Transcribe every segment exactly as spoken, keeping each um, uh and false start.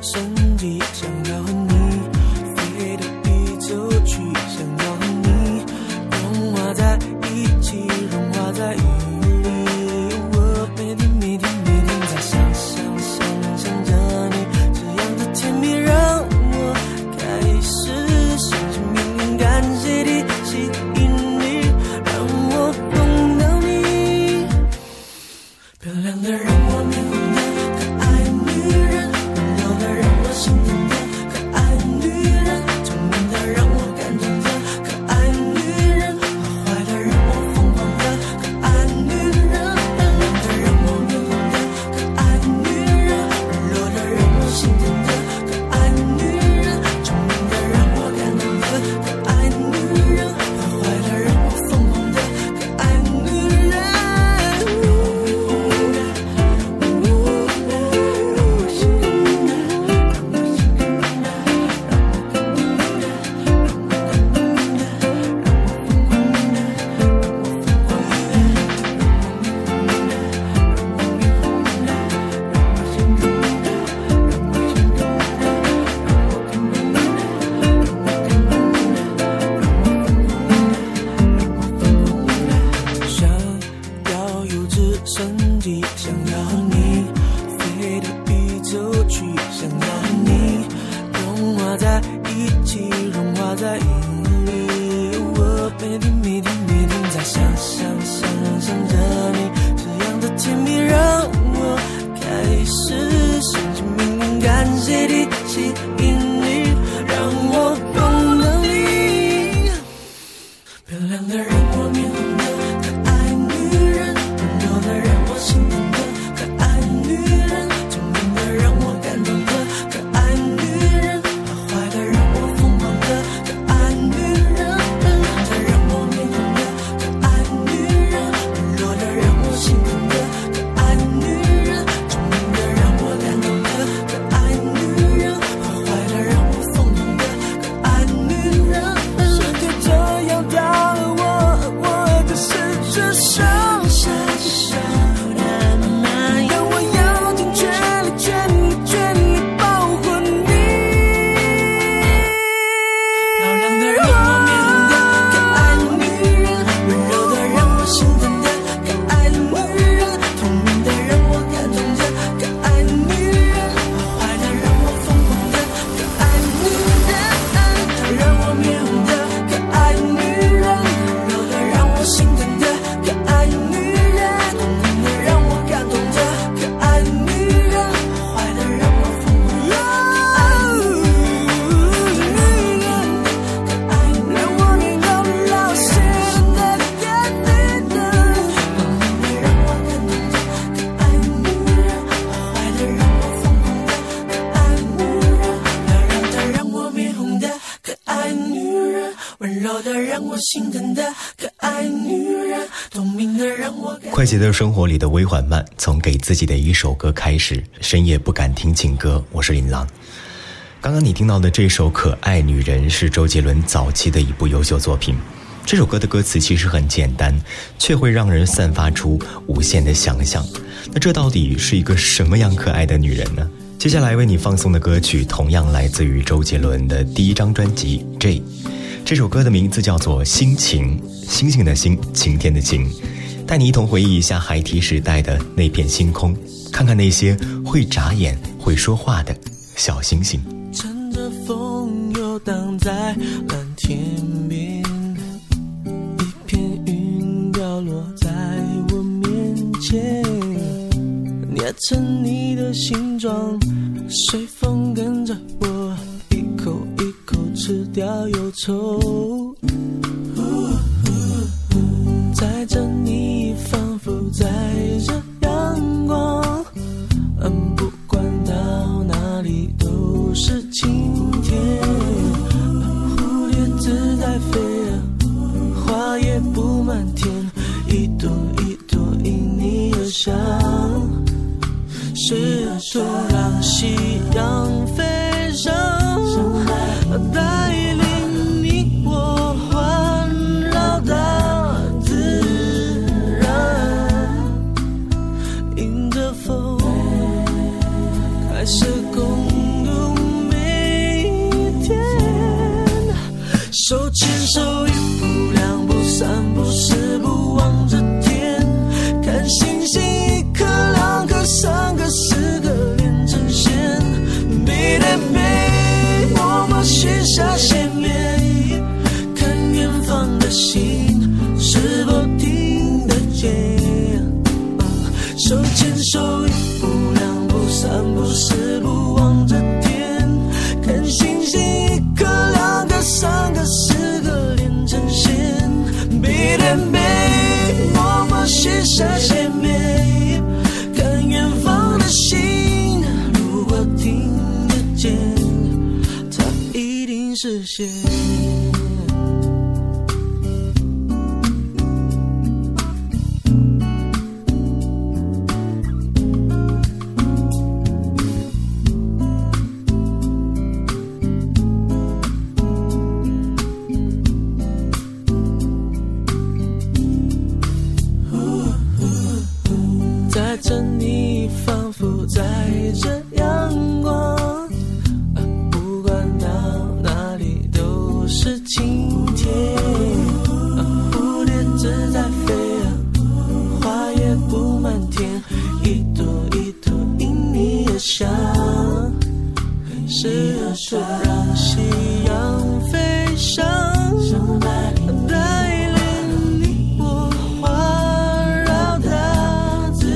升级，想要和你飞到宇宙去，想要和你融化在一起，融化在雨里。我每天每天每天在想想想想着你，这样的甜蜜让我开始相信命运，感谢你吸引力，让我碰到你。漂亮的让我面红的可爱女人，温柔的让我心疼的可爱女人，聪明的让我感动的可爱女人，坏坏的让我疯狂的可爱女人，漂亮的让我面红的可爱女人，温柔的让我心疼的可爱女人，聪明的让我感动的可爱女人，坏坏的让我疯狂的可爱女人。想要幼稚升级，想要和你飞到宇宙去，想要和你融化在一起，融化在雨里。我每天每天每天在想想想想着你，这样的甜蜜让我开始相信命运，感谢你吸引力，让我碰到你。漂亮的让我面红的可爱女人，温柔的让我心疼的可爱女人，聪明的让我感动的可爱女人，坏坏的让我疯狂的可爱女人，漂亮的让我面红的可爱女人，温柔的让我心疼的可爱女人，聪明的让我感动的可爱女人，坏坏的让我疯狂的可爱女人。世界这样大了，我我的失去剩下几少但我要尽全力全力全力保护你。漂亮的让我面红的可爱女人，温柔的让我心疼的可爱女人，聪明的让我感动的可爱女人，坏坏的让我疯狂的可爱女人。让我面红的可爱女人，温柔的让我心疼的可爱女人，聪明的让我感动的可爱女人，坏坏的让我疯狂的可爱女人。可爱女人，让我能够老实的可爱女人，聪明的让我感动的可爱女人，坏坏的让我疯狂的可爱女人，漂亮的让我面红的可爱女人，温柔的让我心疼的可爱女人，聪明的让我感。 快节奏生活里的微缓慢，从给自己的一首歌开始。深夜不敢听情歌，我是林郎。刚刚你听到的这首《可爱女人》是周杰伦早期的一部优秀作品。这首歌的歌词其实很简单，却会让人散发出无限的想象。那这到底是一个什么样可爱的女人呢？接下来为你放送的歌曲同样来自于周杰伦的第一张专辑《J》，这首歌的名字叫做《心情》，星星的星，晴天的晴，带你一同回忆一下孩提时代的那片星空，看看那些会眨眼会说话的小星星。 乘着风游荡在蓝天边，一片云掉落在我面前，捏成你的形状，随风跟着我一口一口吃掉忧愁，载着你仿佛载着阳光，嗯，不管到哪里都是晴天，蝴蝶自在飞，花也布满天，一朵一朵因你而香，试图让夕阳飞上，带领你我环绕大自然，迎着风开始共度手一步两步三步四步望着天，看星星一颗两颗三个四个连成线，背对背默默许下心愿，看远方的心是否听得见，手牵手一步两步三步四步望着天，看星星一颗两颗三个四个连成线，背对背默默许下心愿，看远方的心如果听得见，它一定实现。在这你仿佛在这阳光，不管到哪里都是晴天，蝴蝶自在飞，花也布满天，一朵一朵因你而香，是何处让夕阳飞翔，带领你我环绕大自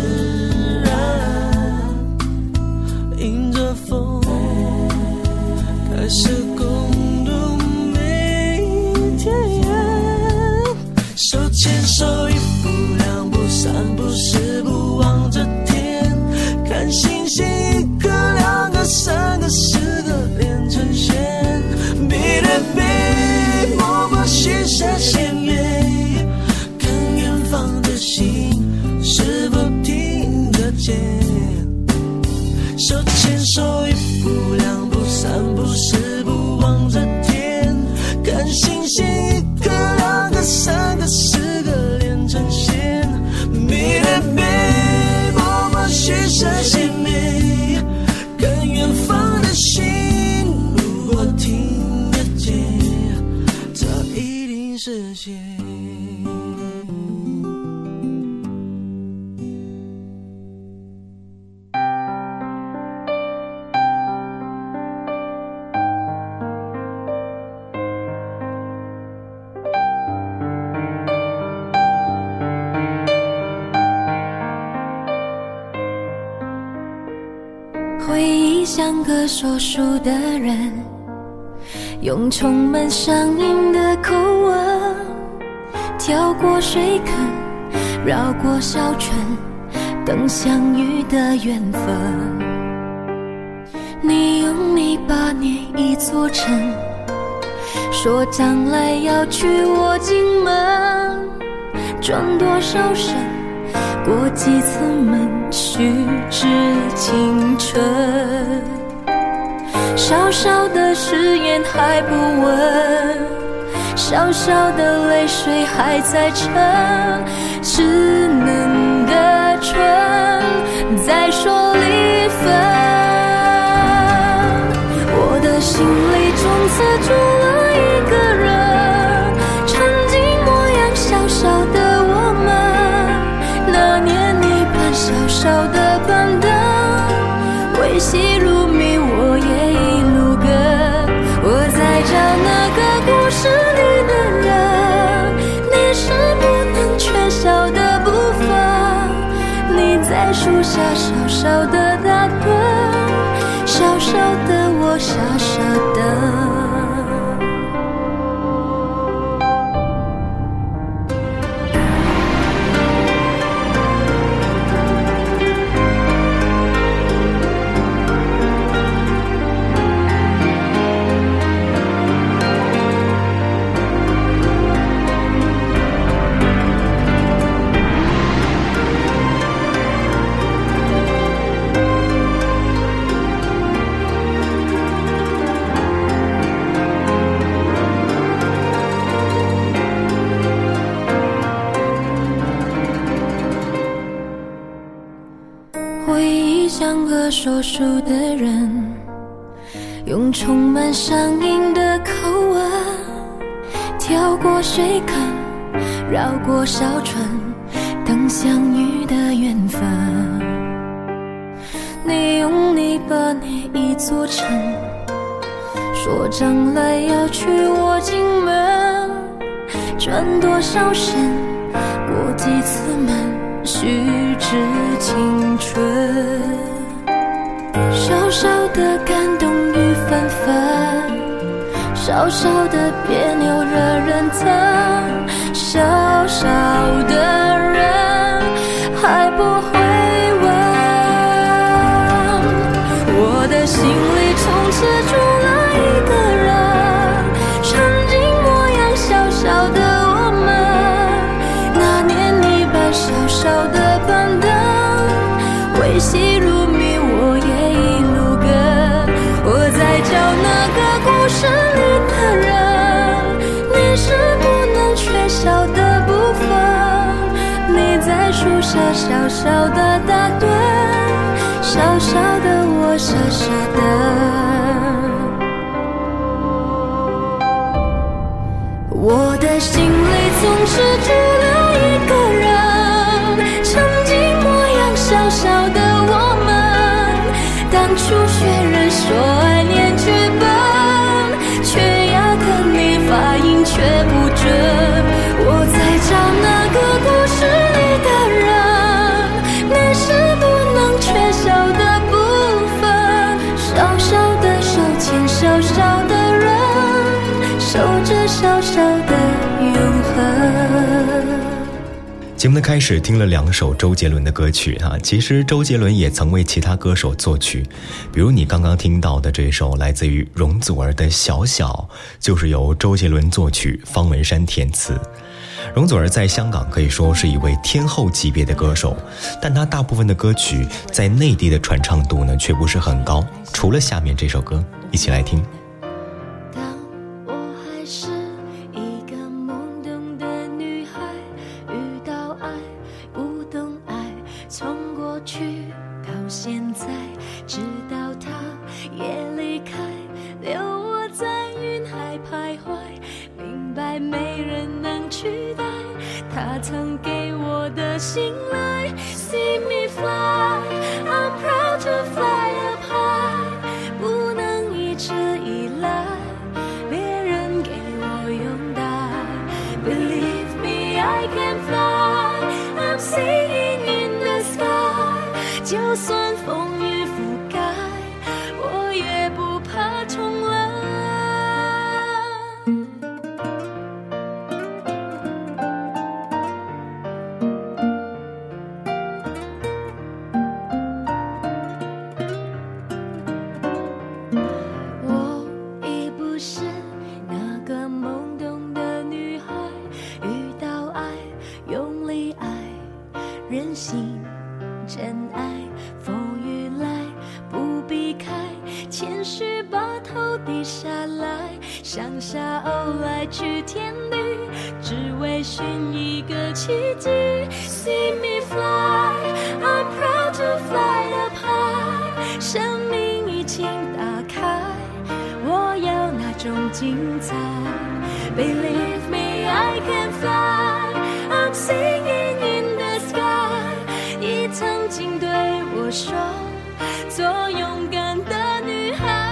然，迎着风开始共度每一天，手牵手一步两步三步四步望着天，看星星一颗两个三个四个连成线，背对背默默许下心愿，看远方的心是否听得见，手牵手一步两步三步四步望着天，看星星一颗两个三个四个连成线，背对背默默许下心愿，看远方的心如果听得见，它一定实现。 回忆像个说书的人，用充满乡音的口吻，跳过水坑，绕过小村，等相遇的缘分。你用泥巴捏一座城，说将来要娶我进门，转多少身，过几次门，虚掷青春。小小的誓言还不稳，小小的泪水还在撑，稚嫩的唇在说离分。我的心里从此住了一个人，曾经模样小小的我们，那年你搬小小的板凳，维系如谜我也一路跟。我在找那个故事里的人，你是不能缺少的部分。你在树下小小的打盹，小小的我傻傻的。像个说书的人，用充满乡音的口吻， 跳过水坑，绕过小村，等相遇的缘分。你用泥巴捏一座城，说将来要娶我进门，转多少身，过几次门，虚掷青春。小小的感动与纷纷，小小的别扭惹人疼，小小的人还不会问。我的心里从此住了一个人，曾经模样小小的我们，那年你搬小小的板凳，维系如谜我也一路跟。我在找那个故事里的人，你是不能缺少的部分。你在树下小小的打盹，小小的我傻傻的。我的心里总是住了一个人，曾经模样小小的我们，当初学人说爱念剧本，缺牙的你发音却不准。我在找那个故事里的人，你是不能缺少的部分。小小的手牵小小的人，守着小小的永恒。 节目的开始听了两首周杰伦的歌曲啊，其实周杰伦也曾为其他歌手作曲，比如你刚刚听到的这首来自于容祖儿的《小小》，就是由周杰伦作曲，方文山填词。容祖儿在香港可以说是一位天后级别的歌手，但她大部分的歌曲在内地的传唱度呢却不是很高，除了下面这首歌，一起来听。 他曾给我的信赖 See me fly, I'm proud to fly up high， 不能一直依赖别人给我拥戴。 Believe me I can fly, I'm singing in the sky， 就算风雨覆盖，我也不怕重来。任性真爱，风雨来不避开，谦虚把头低下来，想下偶来去天地，只为寻一个奇迹。 See me fly, I'm proud to fly up high， 生命已经打开，我要那种精彩。 Believe me I can fly, I'm singing in the sky， 你曾经对我说，做勇敢的女孩。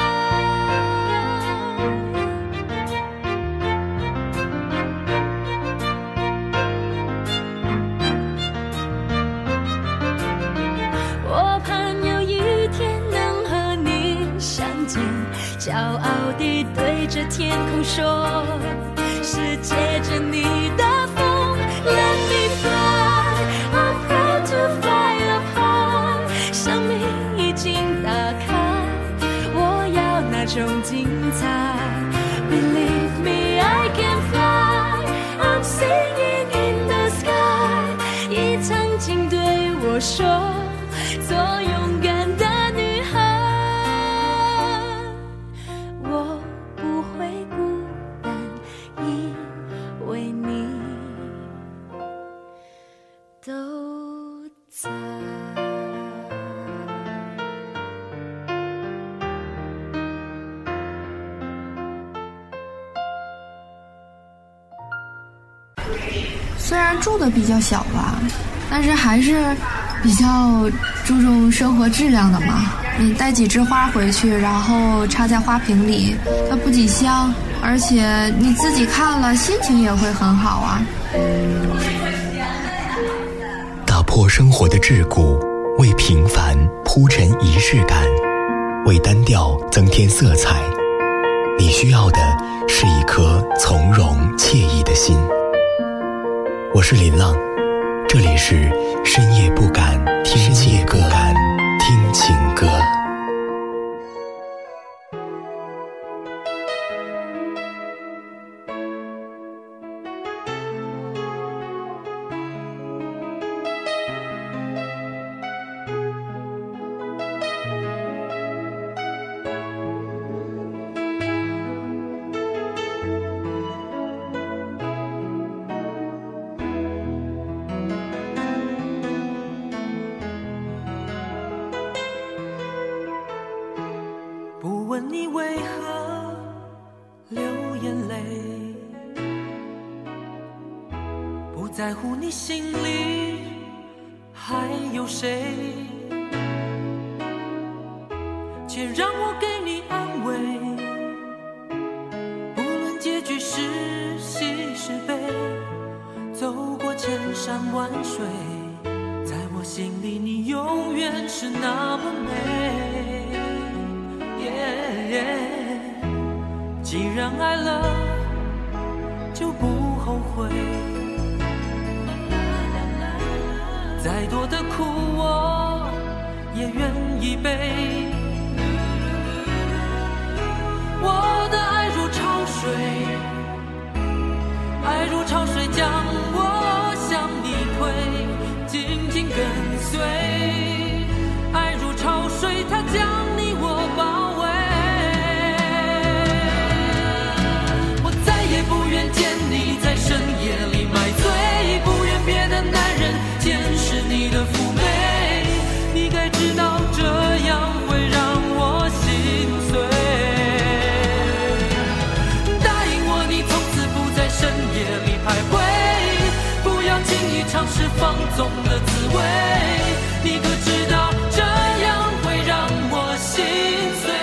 我盼有一天能和你相见，骄傲地对着天空说，是借着你的风 Let me fly, I'm proud to fly up high， 生命已经打开，我要那种精彩。 Believe me I can fly, I'm singing in the sky， 你曾经对我说，做勇敢的女孩，我不会孤单，因为你都在。 虽然住的比较小吧，但是还是比较注重生活质量的嘛。你带几枝花回去，然后插在花瓶里，它不仅香，而且你自己看了心情也会很好啊。 打破生活的桎梏，为平凡铺陈仪式感，为单调增添色彩。你需要的是一颗从容惬意的心。我是林浪，这里是深夜不敢听情歌，听情歌。 不问你为何流眼泪，不在乎你心里还有谁，且让我给你安慰。不论结局是喜是悲，走过千山万水，在我心里你永远是那么美。既然爱了，就不后悔。再多的苦我也愿意背。我的爱如潮水，爱如潮水将我向你推，紧紧跟随。爱如潮水，它将你我包围。见你在深夜里买醉，不愿别的男人见识你的妩媚。你该知道这样会让我心碎。答应我你从此不在深夜里徘徊，不要轻易尝试放纵的滋味。你可知道这样会让我心碎。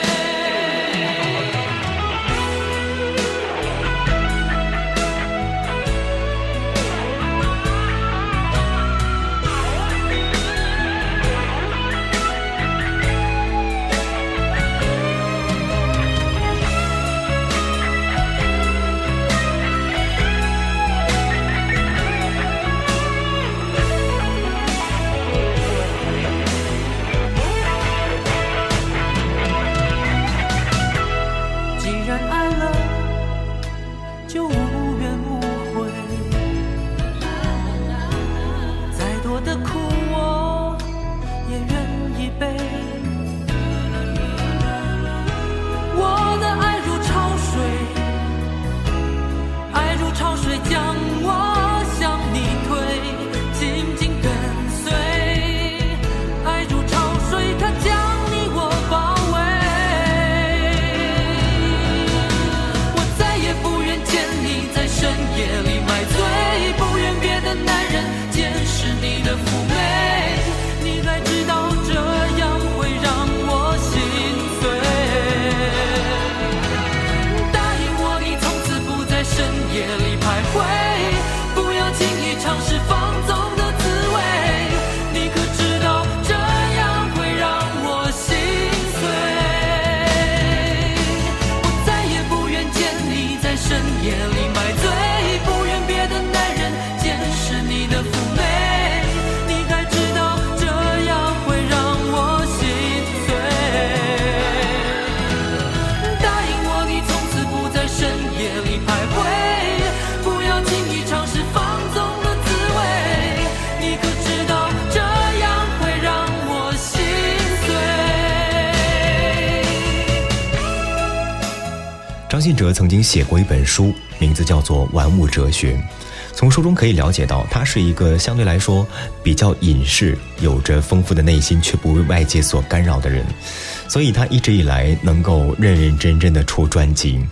张信哲曾经写过一本书，名字叫做《玩物哲学》。从书中可以了解到，他是一个相对来说比较隐士，有着丰富的内心却不为外界所干扰的人，所以他一直以来能够认认真真的出专辑，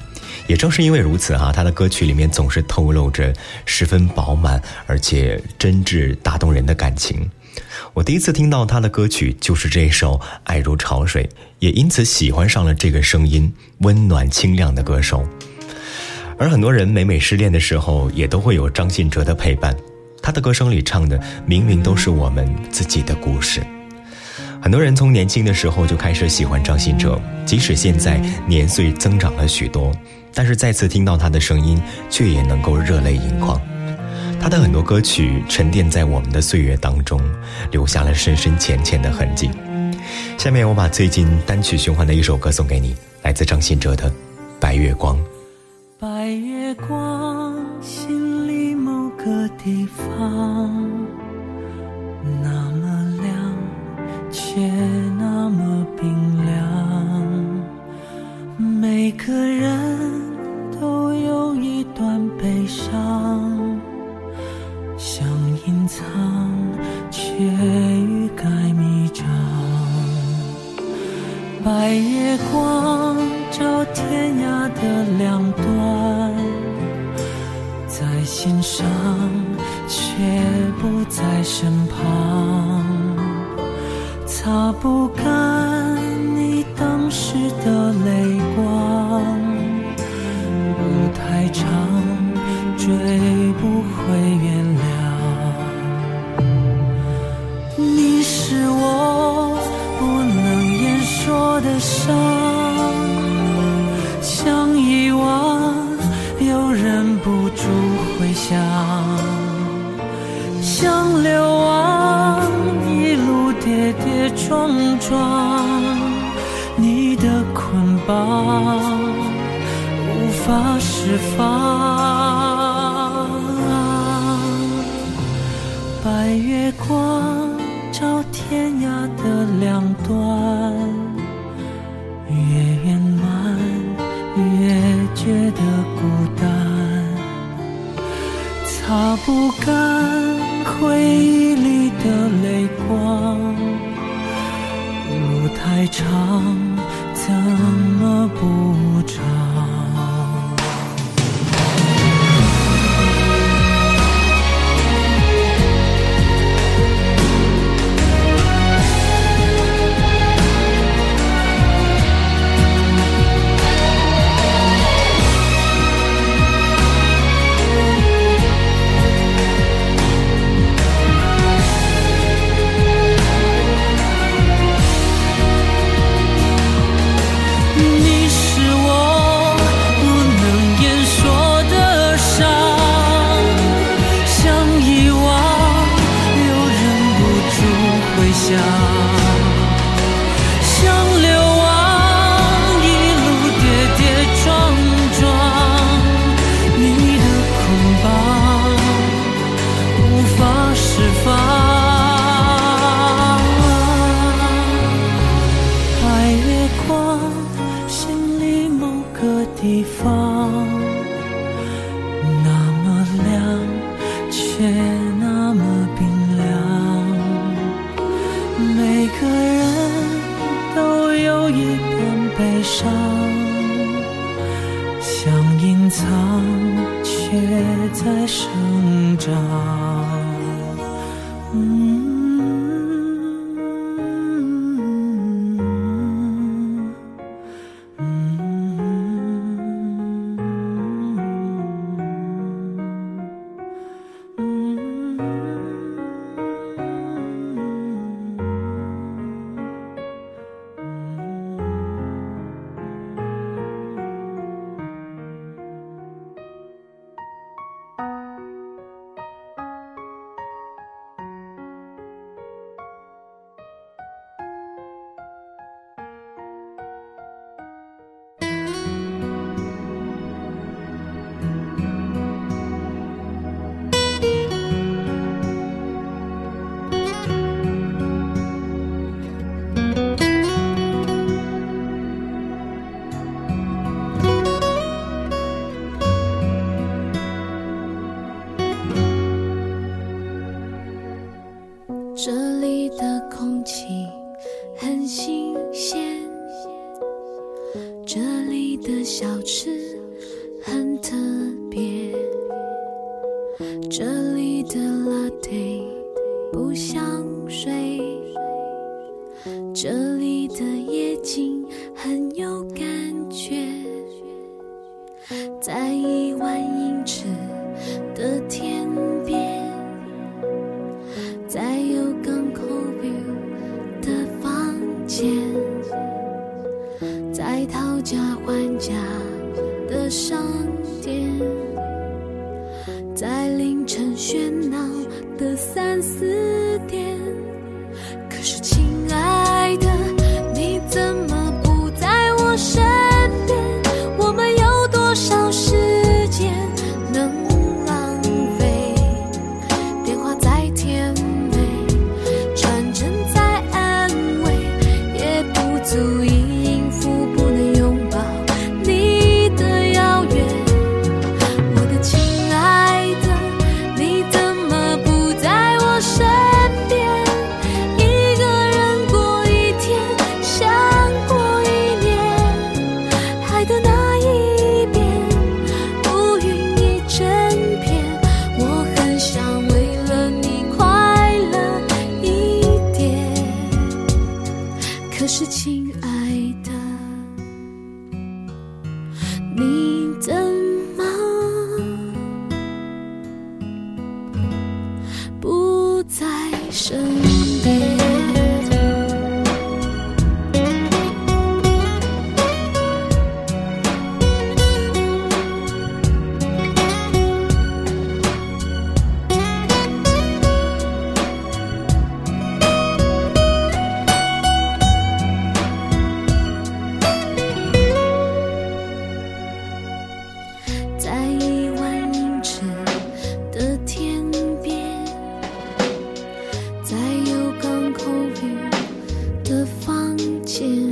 也正是因为如此哈、啊，他的歌曲里面总是透露着十分饱满而且真挚打动人的感情。我第一次听到他的歌曲就是这首《爱如潮水》，也因此喜欢上了这个声音温暖清亮的歌手。而很多人每每失恋的时候也都会有张信哲的陪伴，他的歌声里唱的明明都是我们自己的故事。很多人从年轻的时候就开始喜欢张信哲，即使现在年岁增长了许多，但是再次听到他的声音却也能够热泪盈眶。他的很多歌曲沉淀在我们的岁月当中，留下了深深浅浅的痕迹。下面我把最近单曲循环的一首歌送给你，来自张信哲的《白月光》。 白月光，心里某个地方，那么亮，却那么冰凉。每个人都有一段悲伤，想隐藏，却欲盖弥彰。白月光照天涯的两端，在心上，却不在身旁。擦不干你当时的泪光，路太长，追不回原谅。你是我不能言说的伤，想遗忘又忍不住回想，想流亡一路跌跌撞撞，你的捆绑无法释放。白月光照天涯的两端，越圆满越觉得孤单，擦不干回忆里的泪光，路太长，怎么不长？地方那么亮，却那么冰凉。每个人都有一段悲伤，想隐藏，却在生长。嗯这里的空气很新鲜，这里的小吃讨价还价的商店，在凌晨喧闹的三四点。可是亲爱的，你怎么不在我身边？我们有多少时间能浪费？电话再甜美，传真再安慰，也不足以应付不能拥抱你的遥远。我的亲爱的，你怎么不在我身边？一个人过一天，想过一年，爱的那一边乌云一整片。我很想为了你快乐一点，可是亲爱的，你怎么不在身边？在一万英尺的天边，在有港口雨的房间，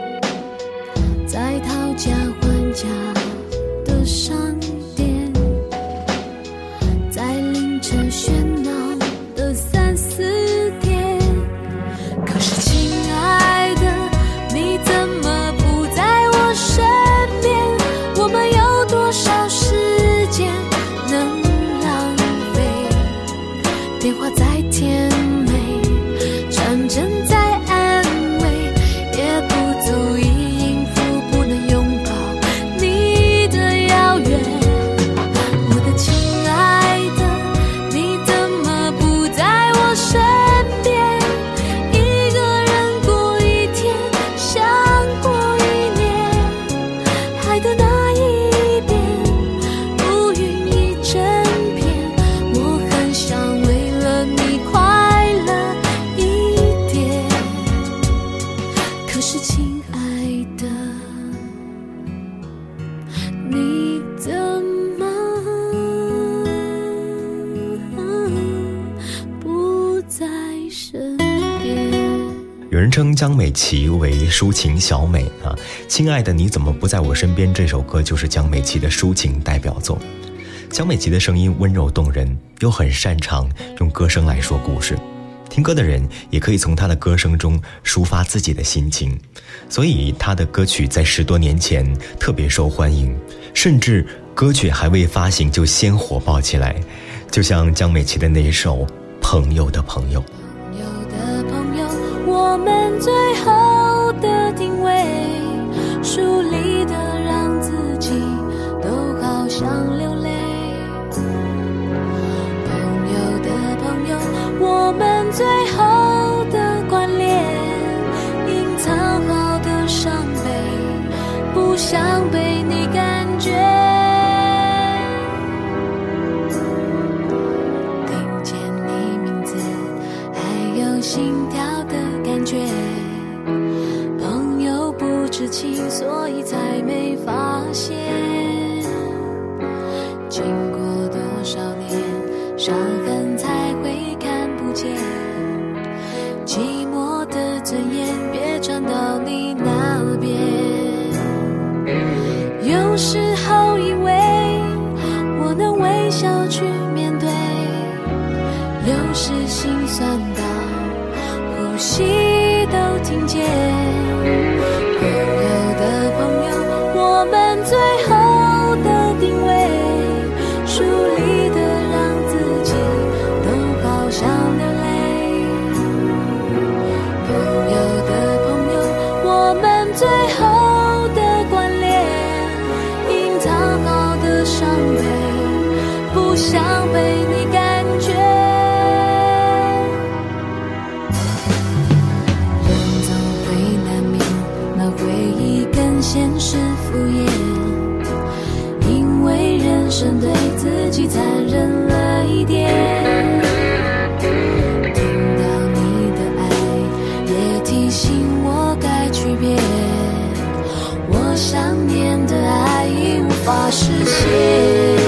在讨价还价的商店，在凌晨喧闹的三四点。可是亲爱的，你怎么不在我身边？我们有多少时间能浪费？电话再甜美，传真再安慰，也不足以应付不能拥抱你的遥远。我的亲爱的，你怎么不在我身边？一个人过一天，想过一年，爱的那一边乌云一整片。我很想为了你快乐一点，可是亲爱的，你怎么不在身边？ 有人称江美琪为抒情小美啊，亲爱的你怎么不在我身边这首歌就是江美琪的抒情代表作。江美琪的声音温柔动人，又很擅长用歌声来说故事，听歌的人也可以从她的歌声中抒发自己的心情，所以她的歌曲在十多年前特别受欢迎，甚至歌曲还未发行就先火爆起来，就像江美琪的那一首《朋友的朋友》。 朋友的朋友，我们最后的定位，疏离的让自己都好像流泪。朋友的朋友，我们最后的关联，隐藏好的伤悲，不想被你感觉。听见你名字，还有心跳的感觉。朋友不知情，所以才没发现。经过多少年，伤痕才会看不见。寂寞的尊严，别传到你那边。有时候以为我能微笑去面对，有时心酸到呼吸都听见。朋友的朋友，我们最后的定位，疏离的让自己都好像流泪。朋友的朋友，我们最后的关联，隐藏好的伤悲，不想被你感觉。人总会难免，那回忆更现实敷衍，因为人生对自己残忍了一点。听到你的爱，也提醒我该区别，我想念的爱已无法实现。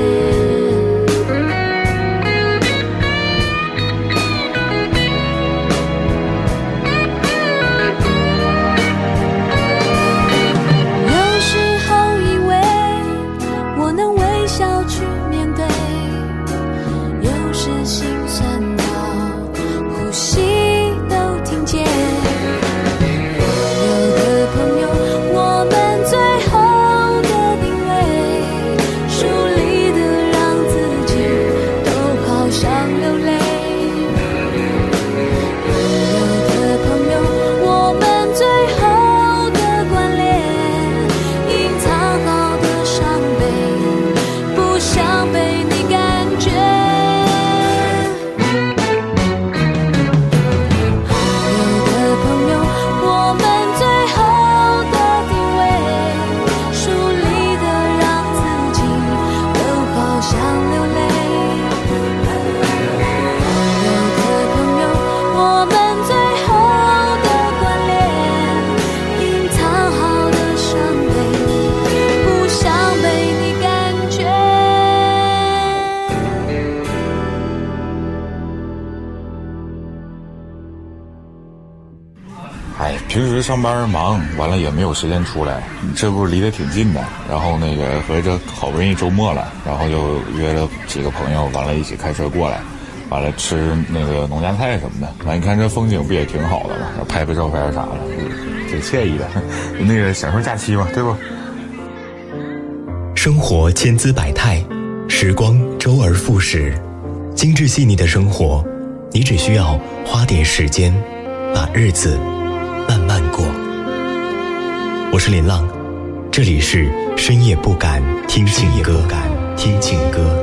平时上班忙，完了也没有时间出来，这不是离得挺近的，然后那个合着好不容易周末了，然后就约了几个朋友，完了一起开车过来，完了吃那个农家菜什么的，完了你看这风景不也挺好的吗？然后拍拍照片啥的，挺惬意的，那个享受假期嘛，对不？ 生活千姿百态，时光周而复始，精致细腻的生活，你只需要花点时间，把日子慢慢过。我是林浪，这里是深夜不敢听情歌，敢听情歌。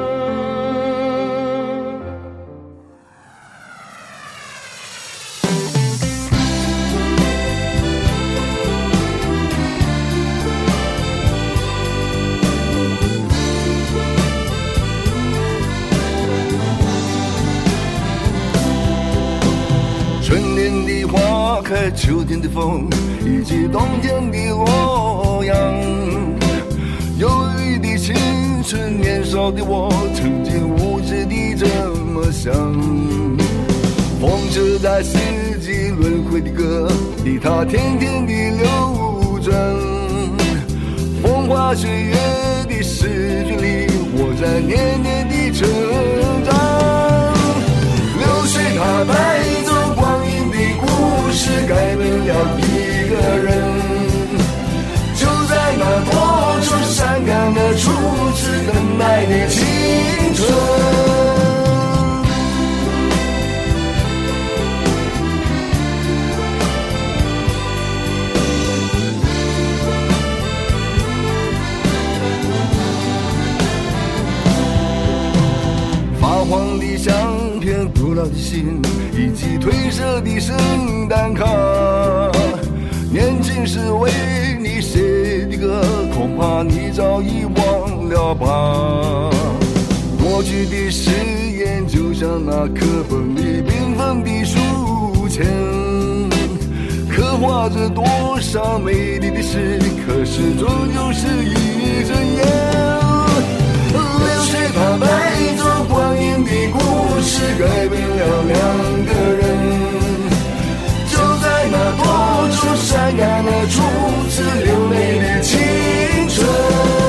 秋天的风，以及冬天的洛阳，忧郁的青春，年少的我，曾经无知地这么想。风车在四季轮回的歌里，它天天地流转。风花雪月的诗句里，我在年年地成长。流水它带走光阴的故事，改变了一个人，就在那多愁善感的初次等待的青春。发黄的相片，古老的信，以及褪色的圣诞卡，年轻时为你写的歌，恐怕你早已忘了吧。过去的誓言就像那课本里缤纷的书签，刻画着多少美丽的事，可是终究是一阵烟。流水它带走光阴的故事，改变了两个人，就在那多愁善感的初次流泪的青春。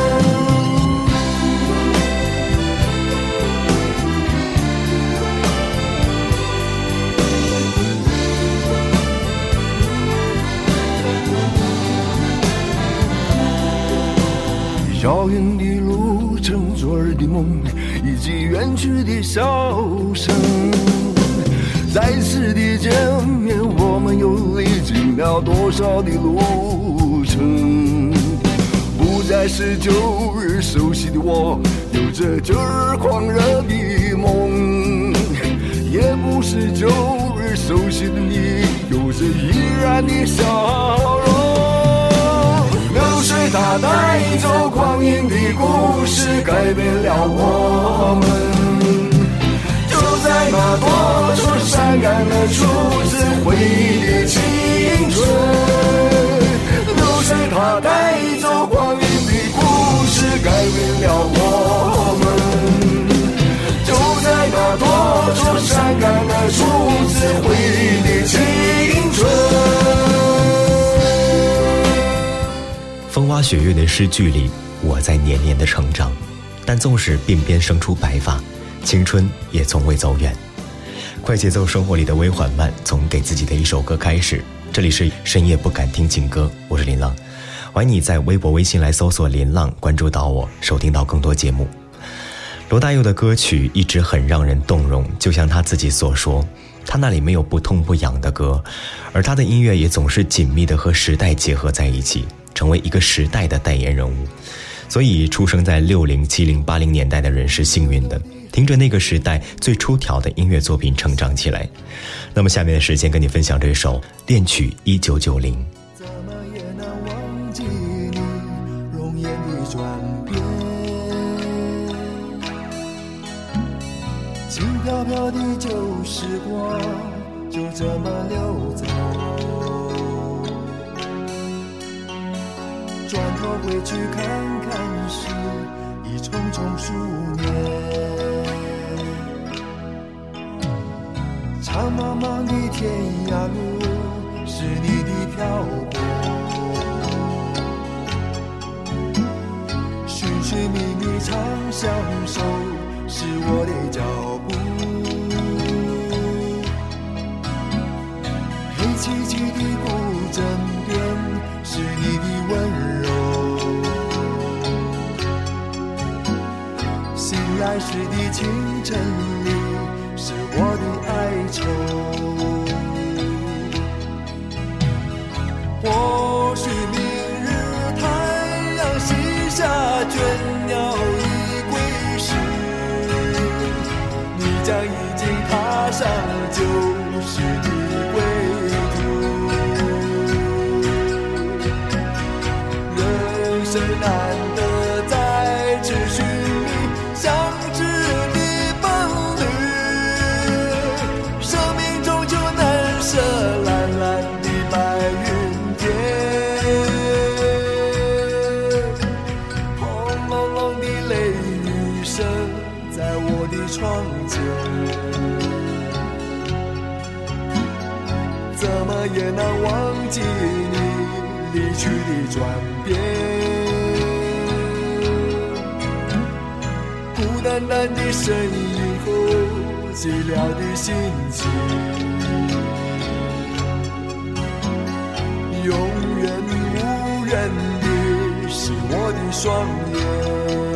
遥远的路程，昨日的梦，以及远去的笑声。再次的见面，我们又历经了多少的路程？不再是旧日熟悉的我，有着旧日狂热的梦，也不是旧日熟悉的你，有着依然的笑容。 他带走光阴的故事，改变了我们。就在那多愁善感的初次回忆的青春，流水它带走光阴的故事，改变了我们。就在那多愁善感的初次回忆的青春。 风花雪月的诗句里，我在年年的成长，但纵使鬓边生出白发，青春也从未走远。快节奏生活里的微缓慢，从给自己的一首歌开始。这里是深夜不敢听情歌，我是林浪，欢迎你在微博微信来搜索林浪，关注到我，收听到更多节目。罗大佑的歌曲一直很让人动容，就像他自己所说，他那里没有不痛不痒的歌，而他的音乐也总是紧密地和时代结合在一起，成为一个时代的代言人物。所以出生在六零、七零、八零年代的人是幸运的，听着那个时代最出挑的音乐作品成长起来。那么下面的时间跟你分享这首恋曲一九九零。 怎么也难忘记你容颜的转变，轻飘飘的旧时光就这么溜走，转头回去看看时，已匆匆数年。长茫茫的天涯路，是你的漂泊，寻寻觅觅常相守，是我的脚步。黑漆漆的古镇边，是你的温柔。醒来时的清晨里，是我的哀愁。或许明日太阳西下，倦鸟已归时，你将已经踏上旧时的归途。人生难得再次寻觅相知的伴侣，生命中就难舍蓝蓝的白云天。轰隆隆的雷雨声在我的窗前，怎么也难忘记你离去的转变。孤单单的身影后，寂寥的心情，永远无人的是我的双眼。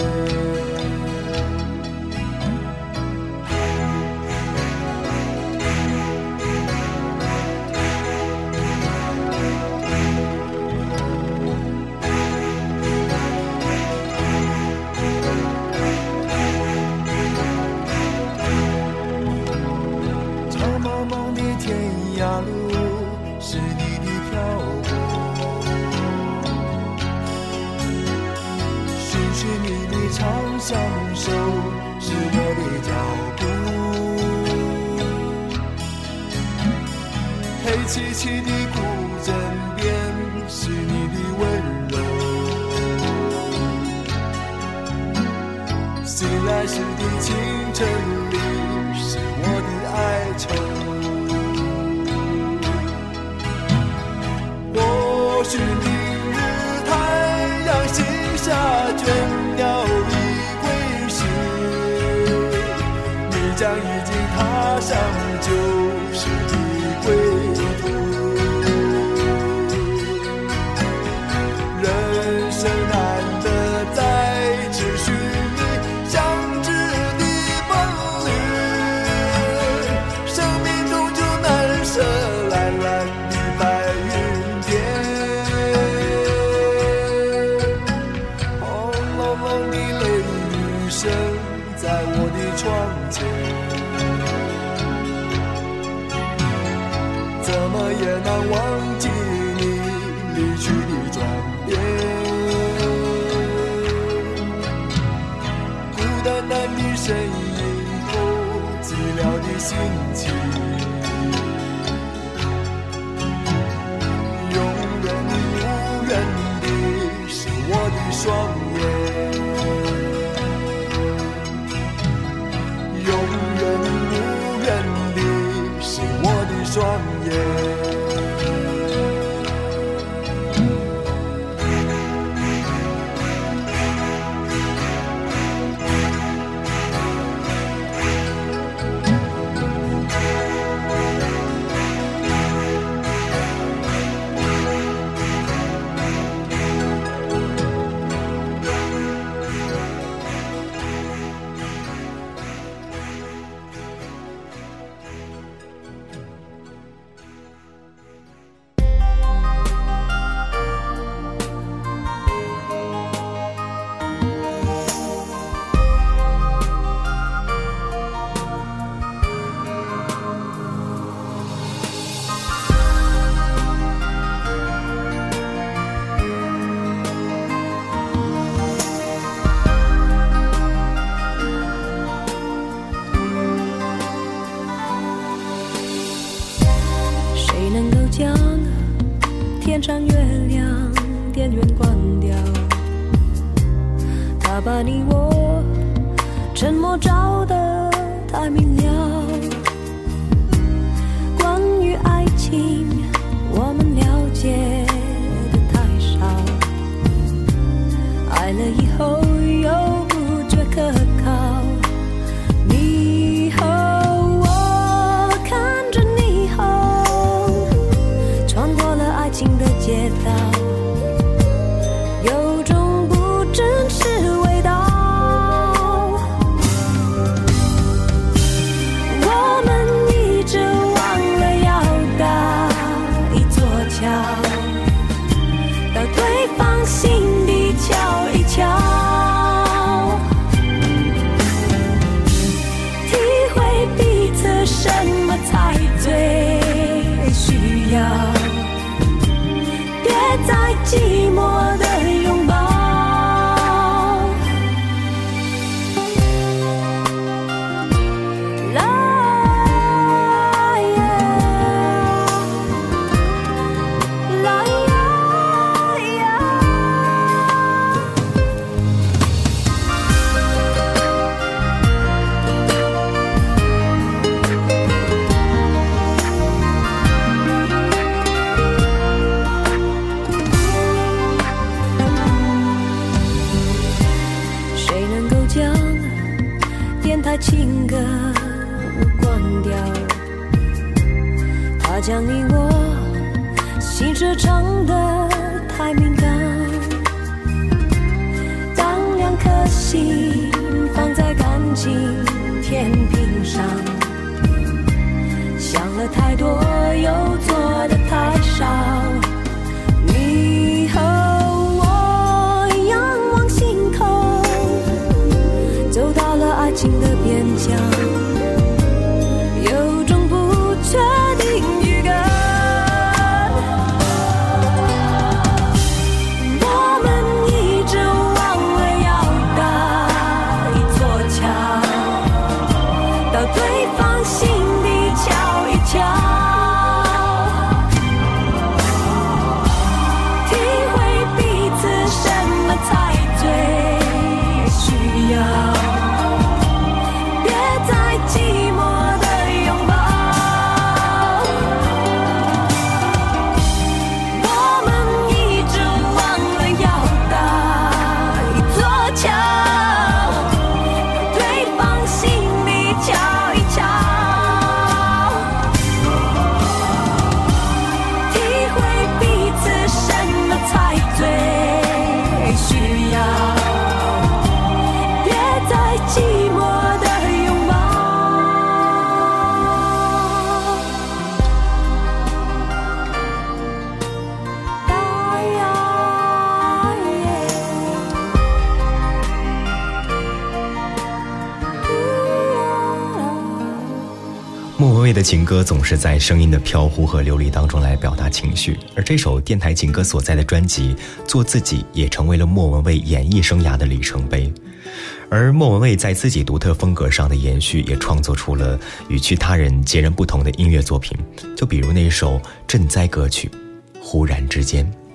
常相守，是我的脚步。黑漆漆的古镇边，是你的温柔。醒来时的清晨里，是我的哀愁。或许明日太阳西下，倦鸟将已经踏上旧时的归途。 让月亮电源关掉，它把你我沉默照得太明了。关于爱情我们了解的太少，爱了以后又不觉可靠。霓虹，我看着霓虹穿过了爱情的街道，有种不真实味道。我们一直忘了要搭一座桥，到对方心底瞧一瞧，体会彼此什么才最需要，别再寂寞的拥抱。情歌关掉，它将你我心事唱得太敏感。当两颗心放在感情天平上，想了太多又做得太少。你和我仰望星空，走到了爱情的边疆，有种不确定预感。我们一直忘了要搭一座桥，到对方心底瞧一瞧，体会彼此什么才最需要，寂寞的拥抱。我们一直忘了要搭一座桥，对方心里瞧一瞧，体会彼此什么才最需要，别再寂寞的拥抱。 莫文蔚的情歌总是在声音的飘忽和流离当中来表达情绪，而这首电台情歌所在的专辑《做自己》也成为了莫文蔚演艺生涯的里程碑。而莫文蔚在自己独特风格上的延续，也创作出了与其他人截然不同的音乐作品，就比如那首赈灾歌曲《忽然之间》。